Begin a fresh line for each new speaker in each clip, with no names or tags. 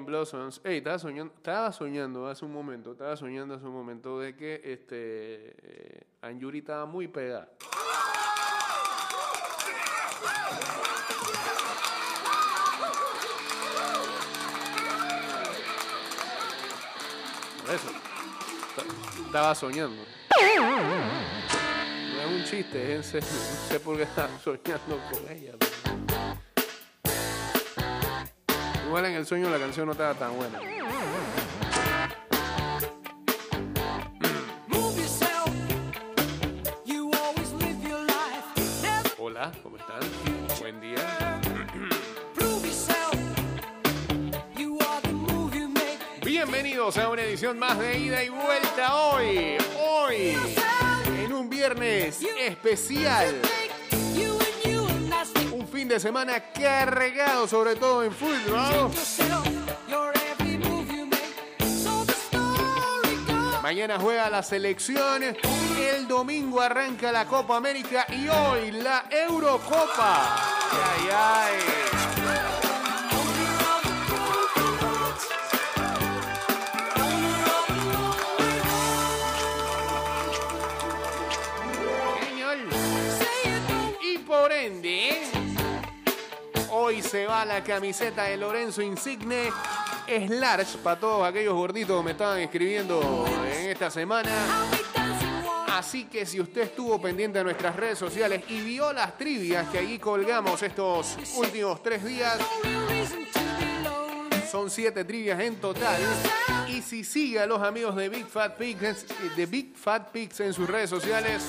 Blossoms. Ey, estaba soñando hace un momento de que Anjuri estaba muy pegada. Por eso. Estaba soñando. No es un chiste, es en serio. No sé por qué estaba soñando con ella. Igual en el sueño la canción no estaba tan buena. Hola, ¿cómo están? Buen día. Bienvenidos a una edición más de Ida y Vuelta hoy, en un viernes especial. Un fin de semana cargado, sobre todo en fútbol. Mañana juega la selección, el domingo arranca la Copa América y hoy la Eurocopa. Ay, ay. Por ende, hoy se va la camiseta de Lorenzo Insigne. Es large para todos aquellos gorditos que me estaban escribiendo en esta semana. Así que si usted estuvo pendiente de nuestras redes sociales y vio las trivias que allí colgamos estos últimos 3 días, son 7 trivias en total. Y si sigue a los amigos de Big Fat Pigs en sus redes sociales,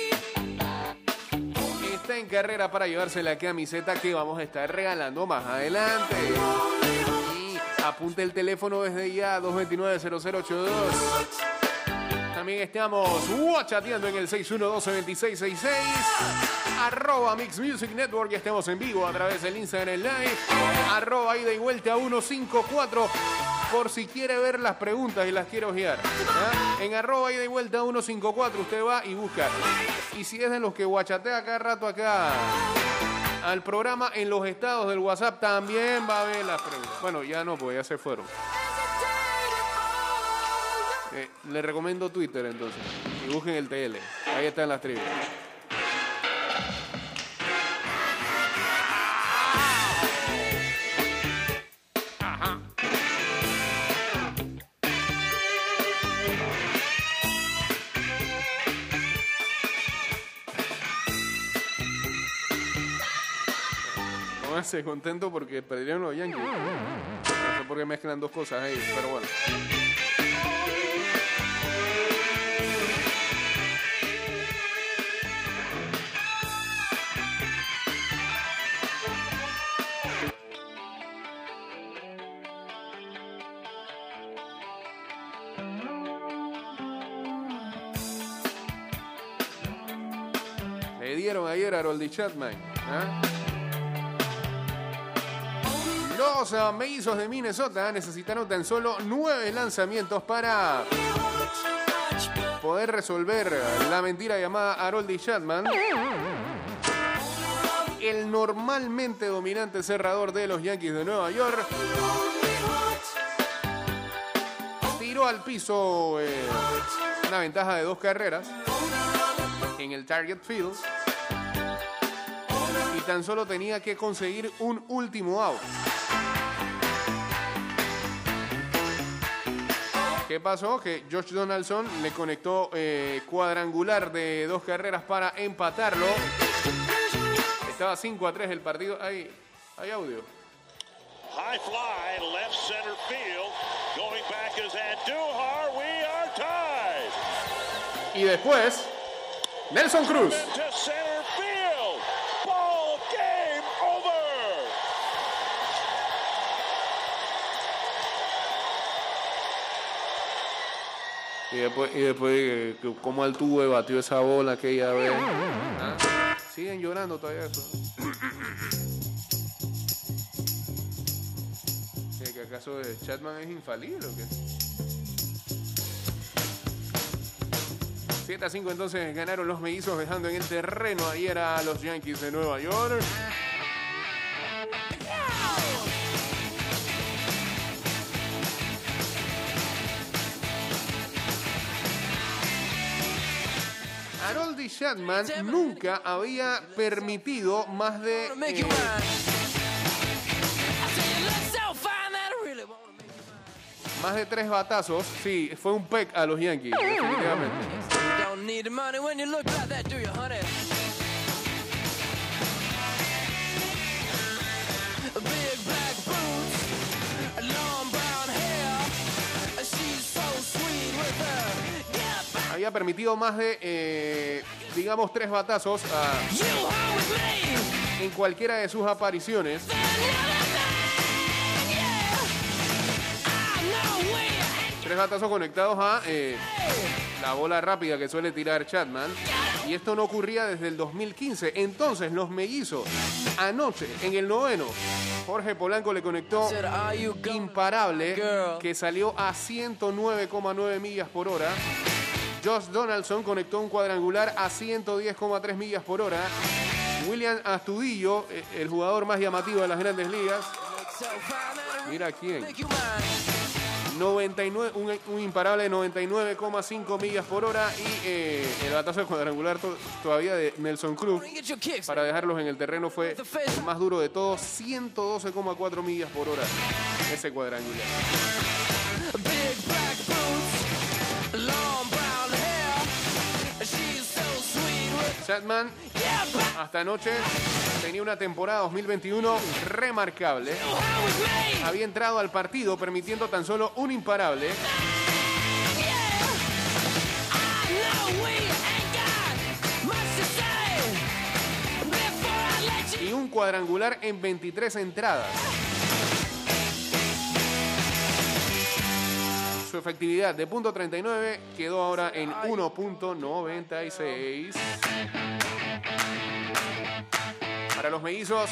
está en carrera para llevarse la camiseta que vamos a estar regalando más adelante. Y apunte el teléfono desde ya, 229-0082. También estamos chateando en el 612-2666. @Mix Music Network. Estamos en vivo a través del Instagram Live. @Ida y Vuelta 154. Por si quiere ver las preguntas y las quiere ojear. En @Ida y Vuelta 154 usted va y busca. Y si es de los que guachatea cada rato acá al programa, en los estados del WhatsApp también va a ver las preguntas. Bueno, ya no, pues ya se fueron. Le recomiendo Twitter entonces. Y busquen el TL. Ahí están las trivias. Pónganse contento porque perdieron los Yankees. No sé por qué mezclan dos cosas ahí, pero bueno. Le dieron ayer a Harold Chapman. Los mellizos de Minnesota necesitaron tan solo 9 lanzamientos para poder resolver la mentira llamada Harold Chapman. El normalmente dominante cerrador de los Yankees de Nueva York tiró al piso una ventaja de 2 carreras en el Target Field y tan solo tenía que conseguir un último out. ¿Qué pasó? Que Josh Donaldson le conectó cuadrangular de 2 carreras para empatarlo. Estaba 5-3 el partido. Hay audio.
High fly, left center field. Going back is Andujar. We are tied.
Y después, Nelson Cruz.
Into center field. Ball game over.
Y después cómo Altuve batió esa bola aquella vez. Siguen llorando todavía eso. ¿Que acaso Chapman es infalible o qué? 7-5 entonces ganaron los mellizos, dejando en el terreno ayer a los Yankees de Nueva York. Chapman nunca había permitido más de 3 batazos. Sí, fue un peck a los Yankees, definitivamente. Había permitido más de, digamos, 3 batazos en cualquiera de sus apariciones. 3 batazos conectados a la bola rápida que suele tirar Chapman. Y esto no ocurría desde el 2015. Entonces, los mellizos, anoche, en el 9º, Jorge Polanco le conectó imparable, que salió a 109,9 millas por hora. Josh Donaldson conectó un cuadrangular a 110,3 millas por hora. William Astudillo, el jugador más llamativo de las Grandes Ligas. Mira quién. 99, un imparable de 99,5 millas por hora. Y el batazo de cuadrangular todavía de Nelson Cruz, para dejarlos en el terreno, fue el más duro de todos. 112,4 millas por hora ese cuadrangular. Chapman hasta anoche tenía una temporada 2021 remarcable. Había entrado al partido permitiendo tan solo un imparable. Y un cuadrangular en 23 entradas. Su efectividad de .39 quedó ahora en 1.96. Para los mellizos,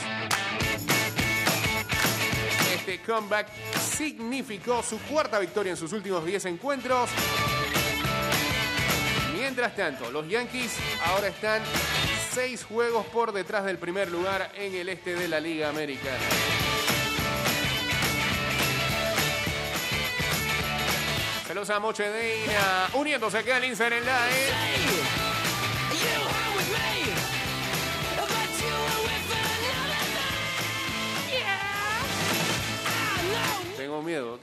este comeback significó su 4ª victoria en sus últimos 10 encuentros. Mientras tanto, los Yankees ahora están 6 juegos por detrás del primer lugar en el este de la Liga Americana. Saludos a Moche Deina, uniéndose aquí al Instagram Live. Tengo miedo.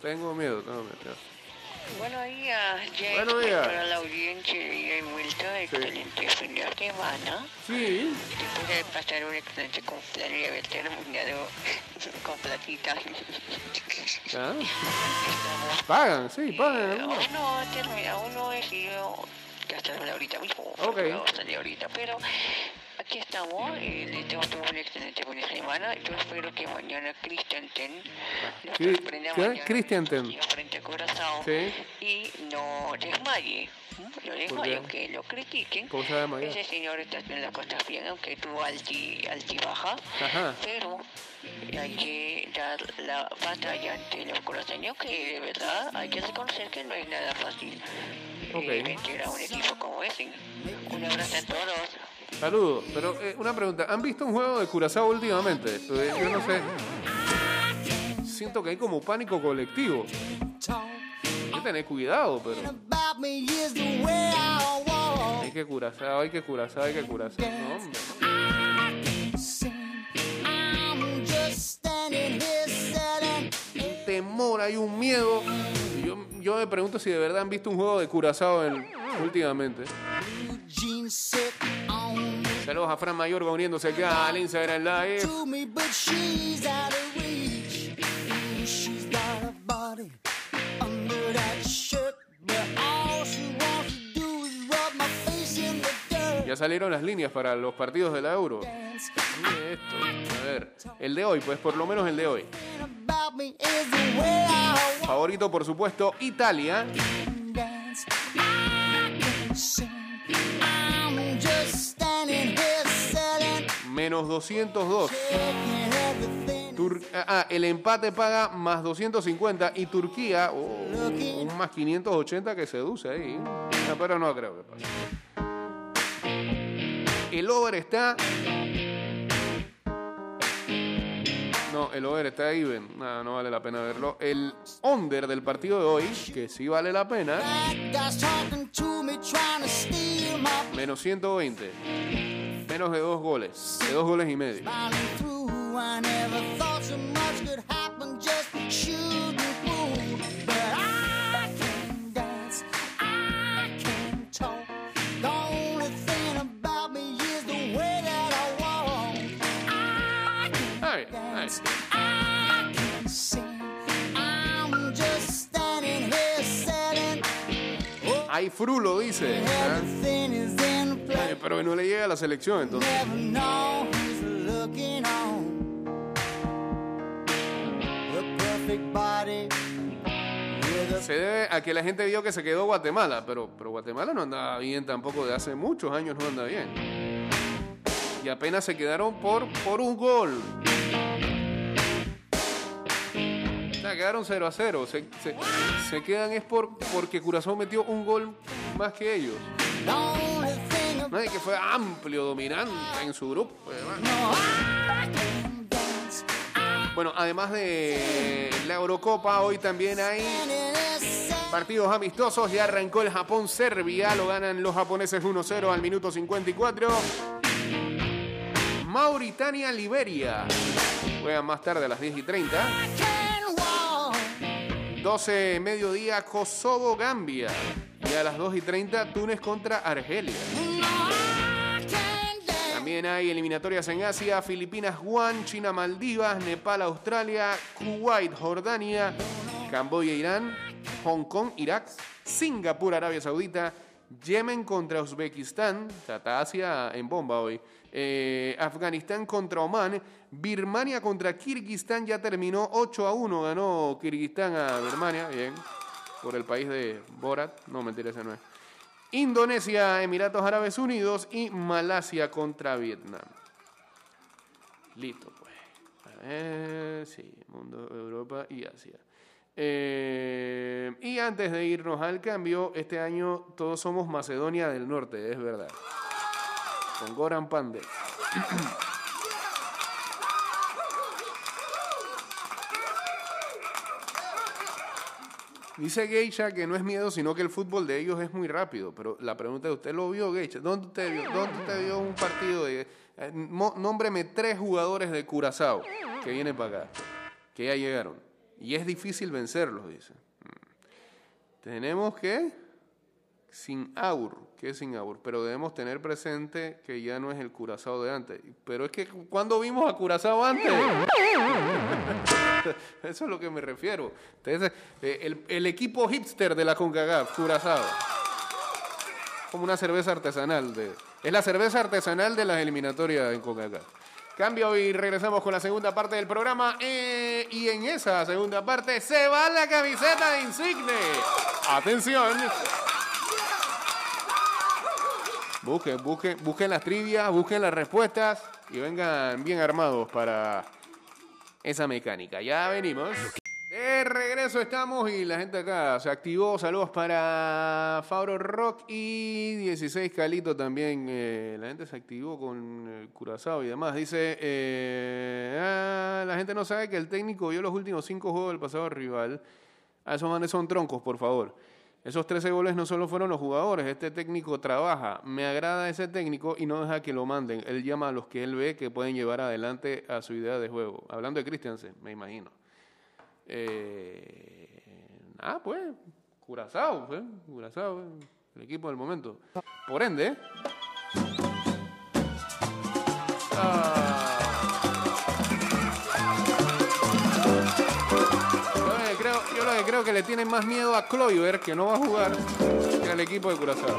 Buenos días, Jay.
Buenos días.
Para la audiencia de ida y vuelta, excelente fin de semana.
Sí.
Después de pasar un excelente cumpleaños y haber terminado con platitas.
¿Ah? Pagan.
No, ha terminado, uno ha decidido gastarme ahorita mismo.
Ok.
No salí ahorita, pero aquí estamos, le tengo un excelente fin de semana. Yo espero que mañana Christian Ten nos sorprenda mañana
Christian Ten
frente a Curazao,
sí,
y no desmaye. No desmaye, aunque lo critiquen.
¿Cómo se llama?
Ese señor está en las costas bien, aunque tuvo altibaja.
Ajá.
Pero hay que dar la batalla ante los curaceños, que de verdad hay que reconocer que no es nada fácil vencer a un equipo como ese. Un abrazo a todos.
Saludos, pero una pregunta, ¿han visto un juego de Curazao últimamente? Yo no sé, siento que hay como pánico colectivo. Hay que tener cuidado, pero hay que Curazao, no, hombre. Un temor, hay un miedo. Yo me pregunto si de verdad han visto un juego de Curazao últimamente. Saludos a Fran Mayorga uniéndose acá al Instagram Live. Ya salieron las líneas para los partidos de la Euro. Mire esto. A ver, el de hoy, pues por lo menos el de hoy. Favorito, por supuesto, Italia. Menos 202. El empate paga más 250 y Turquía, un más 580 que seduce ahí. No, pero no creo que pase. El over está... No, el over está even. No vale la pena verlo. El under del partido de hoy, que sí vale la pena, Menos 120. Menos de 2 goles. De 2 goles y medio. Ay, Frulo dice. Ay, pero no le llega a la selección entonces. Se debe a que la gente vio que se quedó Guatemala, pero Guatemala no andaba bien tampoco, de hace muchos años no anda bien. Y apenas se quedaron por un gol. Quedaron 0-0. Se quedan es porque Curazao metió un gol más que ellos. Nadie que fue amplio, dominante en su grupo. Bueno, además de la Eurocopa, hoy también hay partidos amistosos. Ya arrancó el Japón-Serbia. Lo ganan los japoneses 1-0 al minuto 54. Mauritania-Liberia. Juegan más tarde a las 10:30. 12 mediodía, Kosovo-Gambia. Y a las 2:30, Túnez contra Argelia. También hay eliminatorias en Asia: Filipinas-Guam, China-Maldivas, Nepal-Australia, Kuwait-Jordania, Camboya-Irán, Hong Kong-Irak, Singapur-Arabia Saudita, Yemen contra Uzbekistán, está Asia en bomba hoy, Afganistán contra Omán, Birmania contra Kirguistán, ya terminó 8-1, ganó Kirguistán a Birmania, bien, por el país de Borat, no, mentira, ese no es. Indonesia, Emiratos Árabes Unidos y Malasia contra Vietnam. Listo, pues. A ver, sí, mundo, Europa y Asia. Y antes de irnos al cambio, este año todos somos Macedonia del Norte, es verdad. Con Goran Pandev. Dice Geisha que no es miedo, sino que el fútbol de ellos es muy rápido. Pero la pregunta es, ¿usted lo vio, Geisha? ¿Dónde usted vio un partido de... nómbreme 3 jugadores de Curazao que vienen para acá, que ya llegaron. Y es difícil vencerlos, dice. Tenemos que... Sinaur, ¿qué es Sinaur? Pero debemos tener presente que ya no es el Curazao de antes. Pero es que, ¿cuándo vimos a Curazao antes? Eso es lo que me refiero. Entonces, el equipo hipster de la CONCACAF, Curazao. Como una cerveza artesanal. Es la cerveza artesanal de las eliminatorias en CONCACAF. Cambio y regresamos con la segunda parte del programa. Y en esa segunda parte se va la camiseta de Insigne. ¡Atención! Busquen las trivias, busquen las respuestas y vengan bien armados para esa mecánica. Ya venimos. De regreso estamos y la gente acá se activó. Saludos para Fabro Rock y 16 Calito también. La gente se activó con el Curazao y demás. Dice, la gente no sabe que el técnico vio los últimos 5 juegos del pasado rival. Esos manes son troncos, por favor. Esos 13 goles no solo fueron los jugadores, este técnico trabaja, me agrada ese técnico y no deja que lo manden. Él llama a los que él ve que pueden llevar adelante a su idea de juego. Hablando de Christiansen, me imagino. Pues, Curazao, el equipo del momento. Por ende, yo lo que creo que le tienen más miedo a Kluivert, que no va a jugar, que al equipo de Curazao.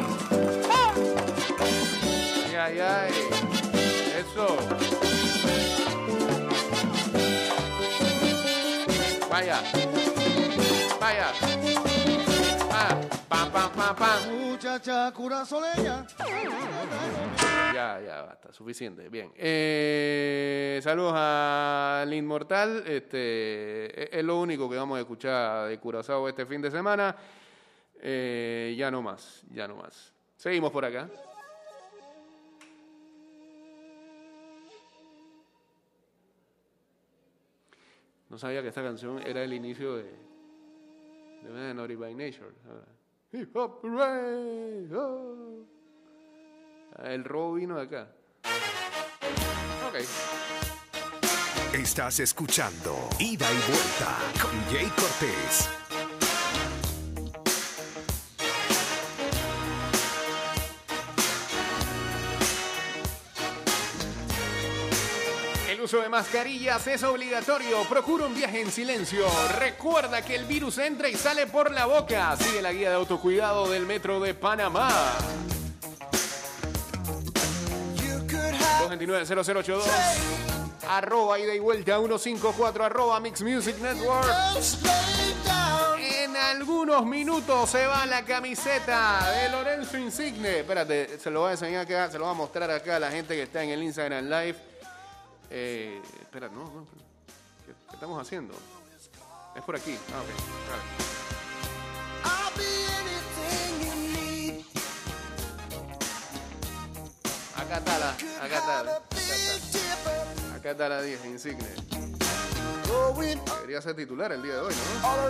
Ay. Eso. Vaya.
Muchacha curazoleña.
Ya, basta, suficiente. Bien. Saludos al Inmortal. Es lo único que vamos a escuchar de Curazao este fin de semana. Ya no más. Seguimos por acá. No sabía que esta canción era el inicio de Naughty by Nature. Hip Hop Hooray! Oh. El robo vino de acá. Ok.
Estás escuchando Ida y Vuelta con Jay Cortés.
El uso de mascarillas es obligatorio. Procura un viaje en silencio. Recuerda que el virus entra y sale por la boca. Sigue la guía de autocuidado del Metro de Panamá. 229-0082. Arroba ida y vuelta 154. Arroba Mix Music Network. En algunos minutos se va la camiseta de Lorenzo Insigne. Espérate, se lo voy a enseñar acá. Se lo voy a mostrar acá a la gente que está en el Instagram Live. Espera, no. ¿Qué estamos haciendo? Es por aquí. Ah, ok. Vale. Acá está la 10, Insigne. Debería ser titular el día de hoy, ¿no?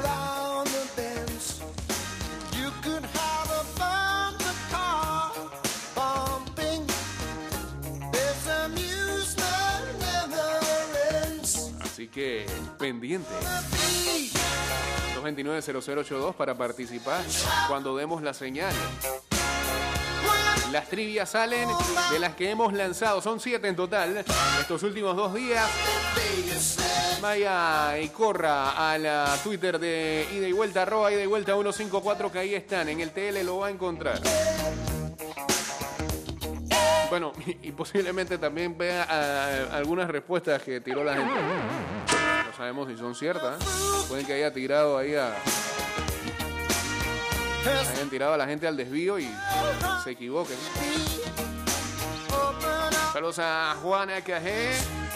Así que pendiente. 229-0082 para participar cuando demos la señal. Las trivias salen de las que hemos lanzado. Son 7 en total estos últimos 2 días. Vaya y corra a la Twitter de Ida y Vuelta, arroba Ida y Vuelta 154, que ahí están. En el TL lo va a encontrar. Bueno, y posiblemente también vea algunas respuestas que tiró la gente. No sabemos si son ciertas. Pueden que haya tirado ahí hayan tirado a la gente al desvío y se equivoquen. Saludos a Juana Cajé.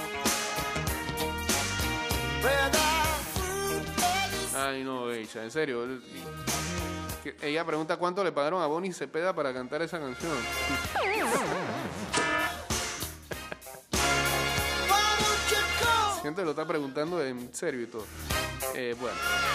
Ay, no, ella, en serio. Ella pregunta cuánto le pagaron a Bonnie Cepeda para cantar esa canción. Gente lo está preguntando en serio y todo. Bueno.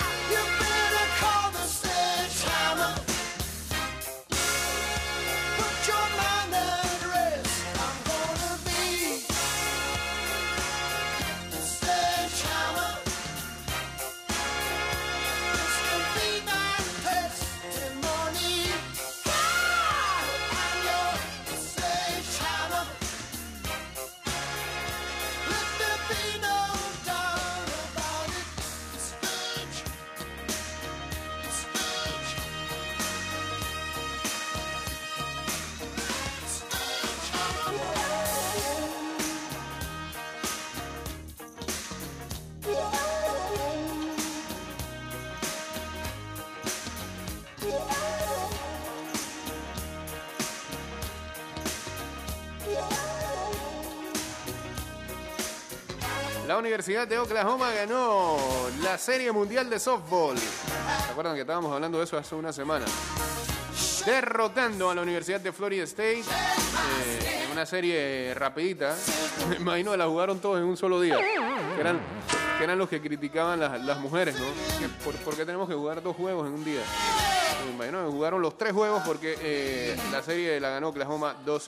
La Universidad de Oklahoma ganó la Serie Mundial de Softball. ¿Se acuerdan que estábamos hablando de eso hace una semana? Derrotando a la Universidad de Florida State en una serie rapidita. Me imagino que la jugaron todos en un solo día. Que eran los que criticaban las mujeres, ¿no? ¿Por qué tenemos que jugar 2 juegos en un día? Me imagino que jugaron los 3 juegos porque la serie la ganó Oklahoma 2-1.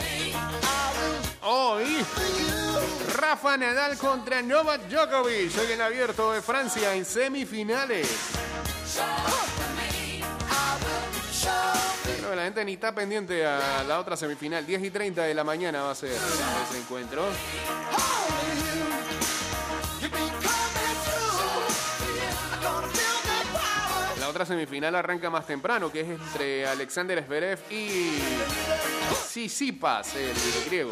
Hoy, Rafa Nadal contra Novak Djokovic. Hoy en Abierto de Francia en semifinales. Creo que la gente ni está pendiente a la otra semifinal. 10:30 de la mañana va a ser ese encuentro. La otra semifinal arranca más temprano, que es entre Alexander Zverev y Tsitsipas, el griego.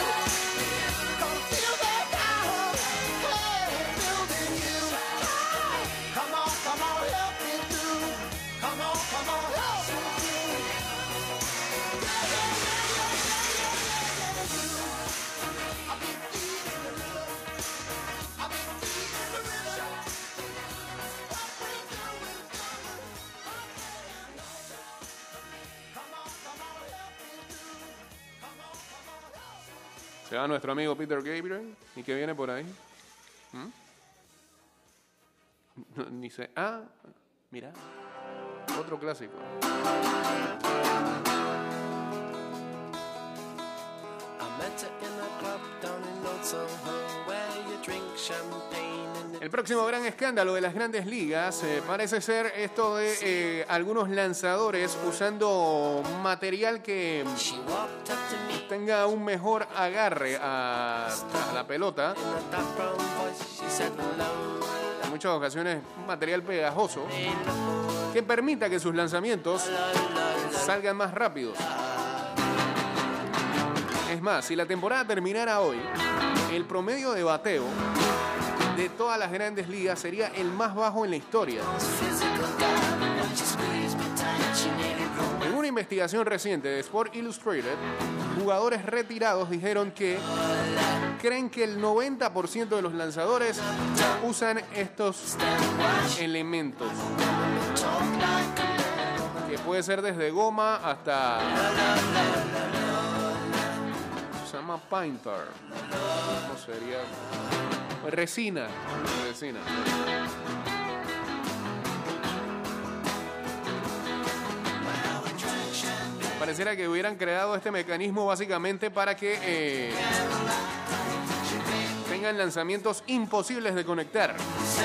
Se va nuestro amigo Peter Gabriel. ¿Y qué viene por ahí? Ni sé. Ah, mira. Otro clásico. El próximo gran escándalo de las grandes ligas parece ser esto de algunos lanzadores usando material que tenga un mejor agarre a la pelota. En muchas ocasiones material pegajoso que permita que sus lanzamientos salgan más rápidos. Es más, si la temporada terminara hoy, el promedio de bateo de todas las grandes ligas sería el más bajo en la historia. En una investigación reciente de Sport Illustrated, jugadores retirados dijeron que creen que el 90% de los lanzadores usan estos elementos, que puede ser desde goma hasta... se llama painter. ¿Cómo sería? Resina. Pareciera que hubieran creado este mecanismo básicamente para que tengan lanzamientos imposibles de conectar.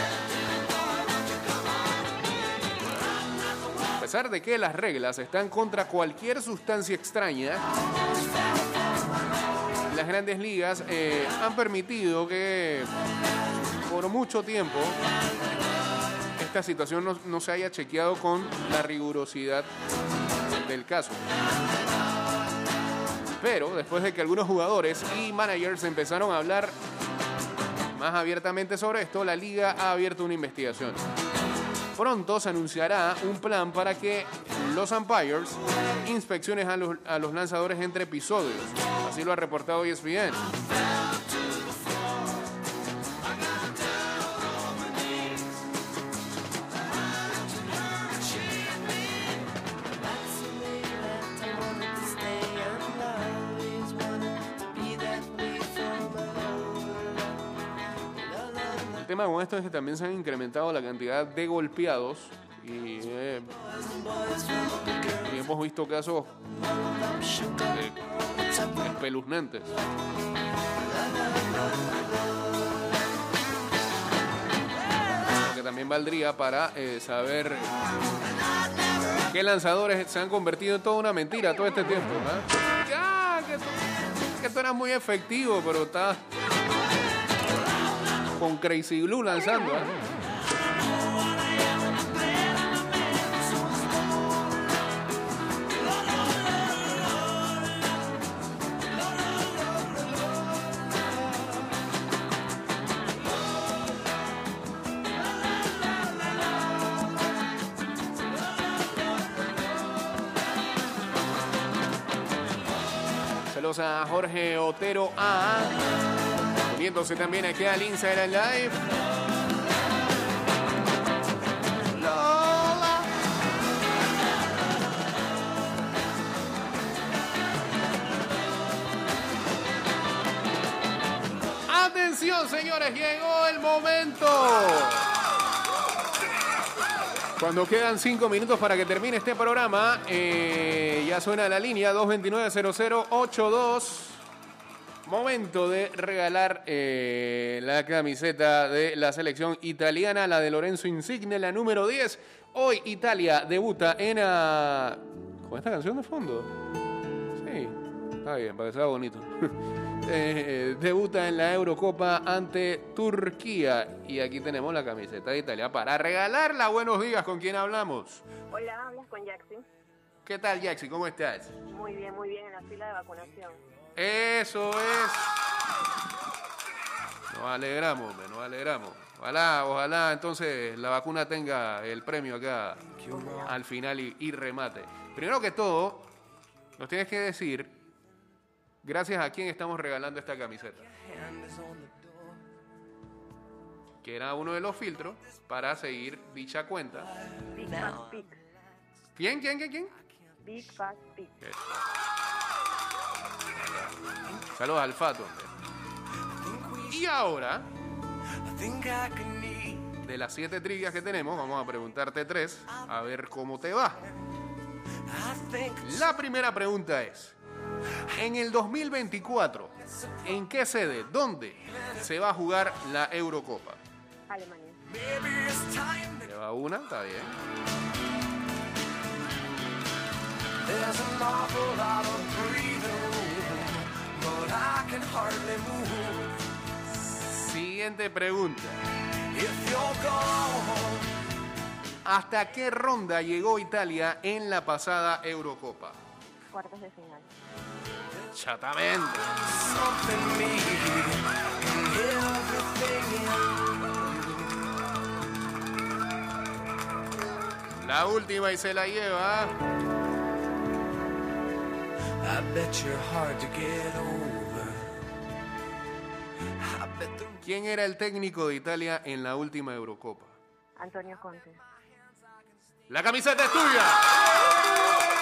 A pesar de que las reglas están contra cualquier sustancia extraña, las grandes ligas han permitido que por mucho tiempo esta situación no se haya chequeado con la rigurosidad del caso. Pero después de que algunos jugadores y managers empezaron a hablar más abiertamente sobre esto, la liga ha abierto una investigación. Pronto se anunciará un plan para que los umpires inspeccionen a los lanzadores entre episodios. Así lo ha reportado ESPN. El tema con esto es que también se han incrementado la cantidad de golpeados y hemos visto casos espeluznantes. Lo que también valdría para saber qué lanzadores se han convertido en toda una mentira todo este tiempo, ¿eh? Que tú eras muy efectivo, pero estás con Crazy Blue lanzando, ¿eh? Saludos a Jorge Otero A. Uniéndose también aquí al Instagram Live. Lola. Atención, señores, llegó el momento. Cuando quedan 5 minutos para que termine este programa, ya suena la línea 229-0082. Momento de regalar la camiseta de la selección italiana, la de Lorenzo Insigne, la número 10. Hoy Italia debuta con esta canción de fondo. Sí, está bien, para que sea bonito. Debuta en la Eurocopa ante Turquía. Y aquí tenemos la camiseta de Italia para regalarla. Buenos días, ¿con quién hablamos?
Hola, hablas con Jaxi.
¿Qué tal, Jaxi? ¿Cómo estás?
Muy bien, en la fila de vacunación.
Eso es. Nos alegramos, nos alegramos. Ojalá entonces la vacuna tenga el premio acá al final y remate. Primero que todo, nos tienes que decir gracias a quién estamos regalando esta camiseta. Que era uno de los filtros para seguir dicha cuenta.
Big Fast Pig.
¿Quién?
Big Fast Pig.
Saludos al Fato. Y ahora, de las 7 trivias que tenemos, vamos a preguntarte 3, a ver cómo te va. La primera pregunta es, en el 2024, ¿En qué sede? ¿Dónde se va a jugar la Eurocopa?
Alemania.
Lleva una, está bien. Siguiente pregunta. ¿Hasta qué ronda llegó Italia en la pasada Eurocopa?
Cuartos de final.
Chatamente. La última y se la lleva. ¿Quién era el técnico de Italia en la última Eurocopa?
Antonio Conte.
La camiseta es tuya.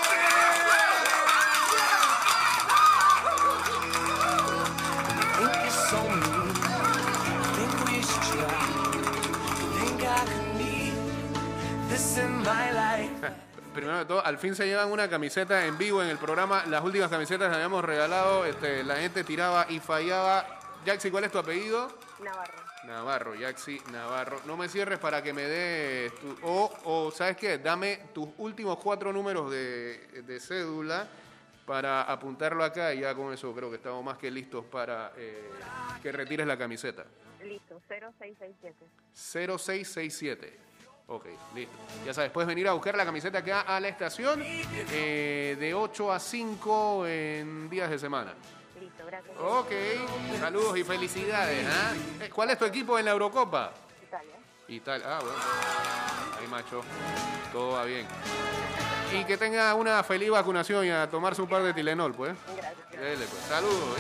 Primero de todo, al fin se llevan una camiseta en vivo en el programa. Las últimas camisetas las habíamos regalado. La gente tiraba y fallaba. Yaxi, ¿cuál es tu apellido?
Navarro.
Navarro, Yaxi Navarro. No me cierres para que me des ¿sabes qué? Dame tus últimos 4 números de cédula para apuntarlo acá y ya con eso creo que estamos más que listos para que retires la camiseta.
Listo, 0667.
0667. Ok, listo. Ya sabes, puedes venir a buscar la camiseta acá a la estación de 8 a 5 en días de semana.
Listo, gracias.
Ok, saludos y felicidades. ¿Cuál es tu equipo en la Eurocopa?
Italia.
Italia. Ah, bueno. Ahí, macho. Todo va bien. Y que tenga una feliz vacunación y a tomarse un par de Tilenol, pues.
Gracias.
Dele, pues. Saludos.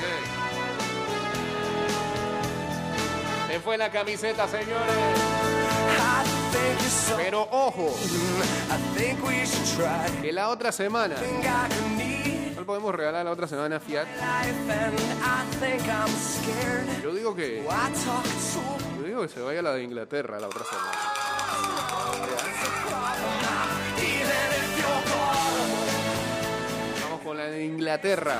Se fue la camiseta, señores. Pero ojo, que la otra semana no le podemos regalar la otra semana Fiat. Yo digo que se vaya la de Inglaterra la otra semana. Vamos con la de Inglaterra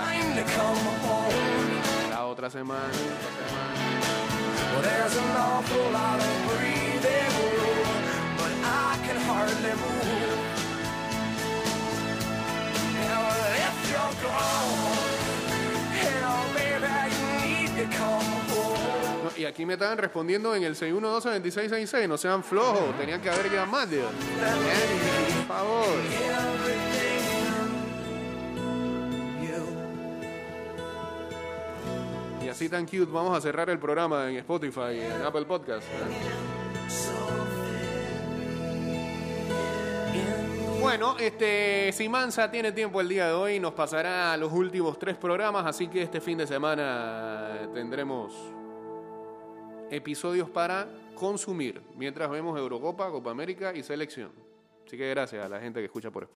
la otra semana.
Well, there's an awful lot of breathing room, but I can hardly move. And if you're gone, hell, baby, you need to come home.
No, y aquí me estaban respondiendo en el 612-2666. No sean flojos, tenían que haber llamado. Por favor. Y así tan cute, vamos a cerrar el programa en Spotify y en Apple Podcast. Bueno, Simanza tiene tiempo el día de hoy, nos pasará los últimos 3 programas, así que este fin de semana tendremos episodios para consumir, mientras vemos Eurocopa, Copa América y Selección. Así que gracias a la gente que escucha por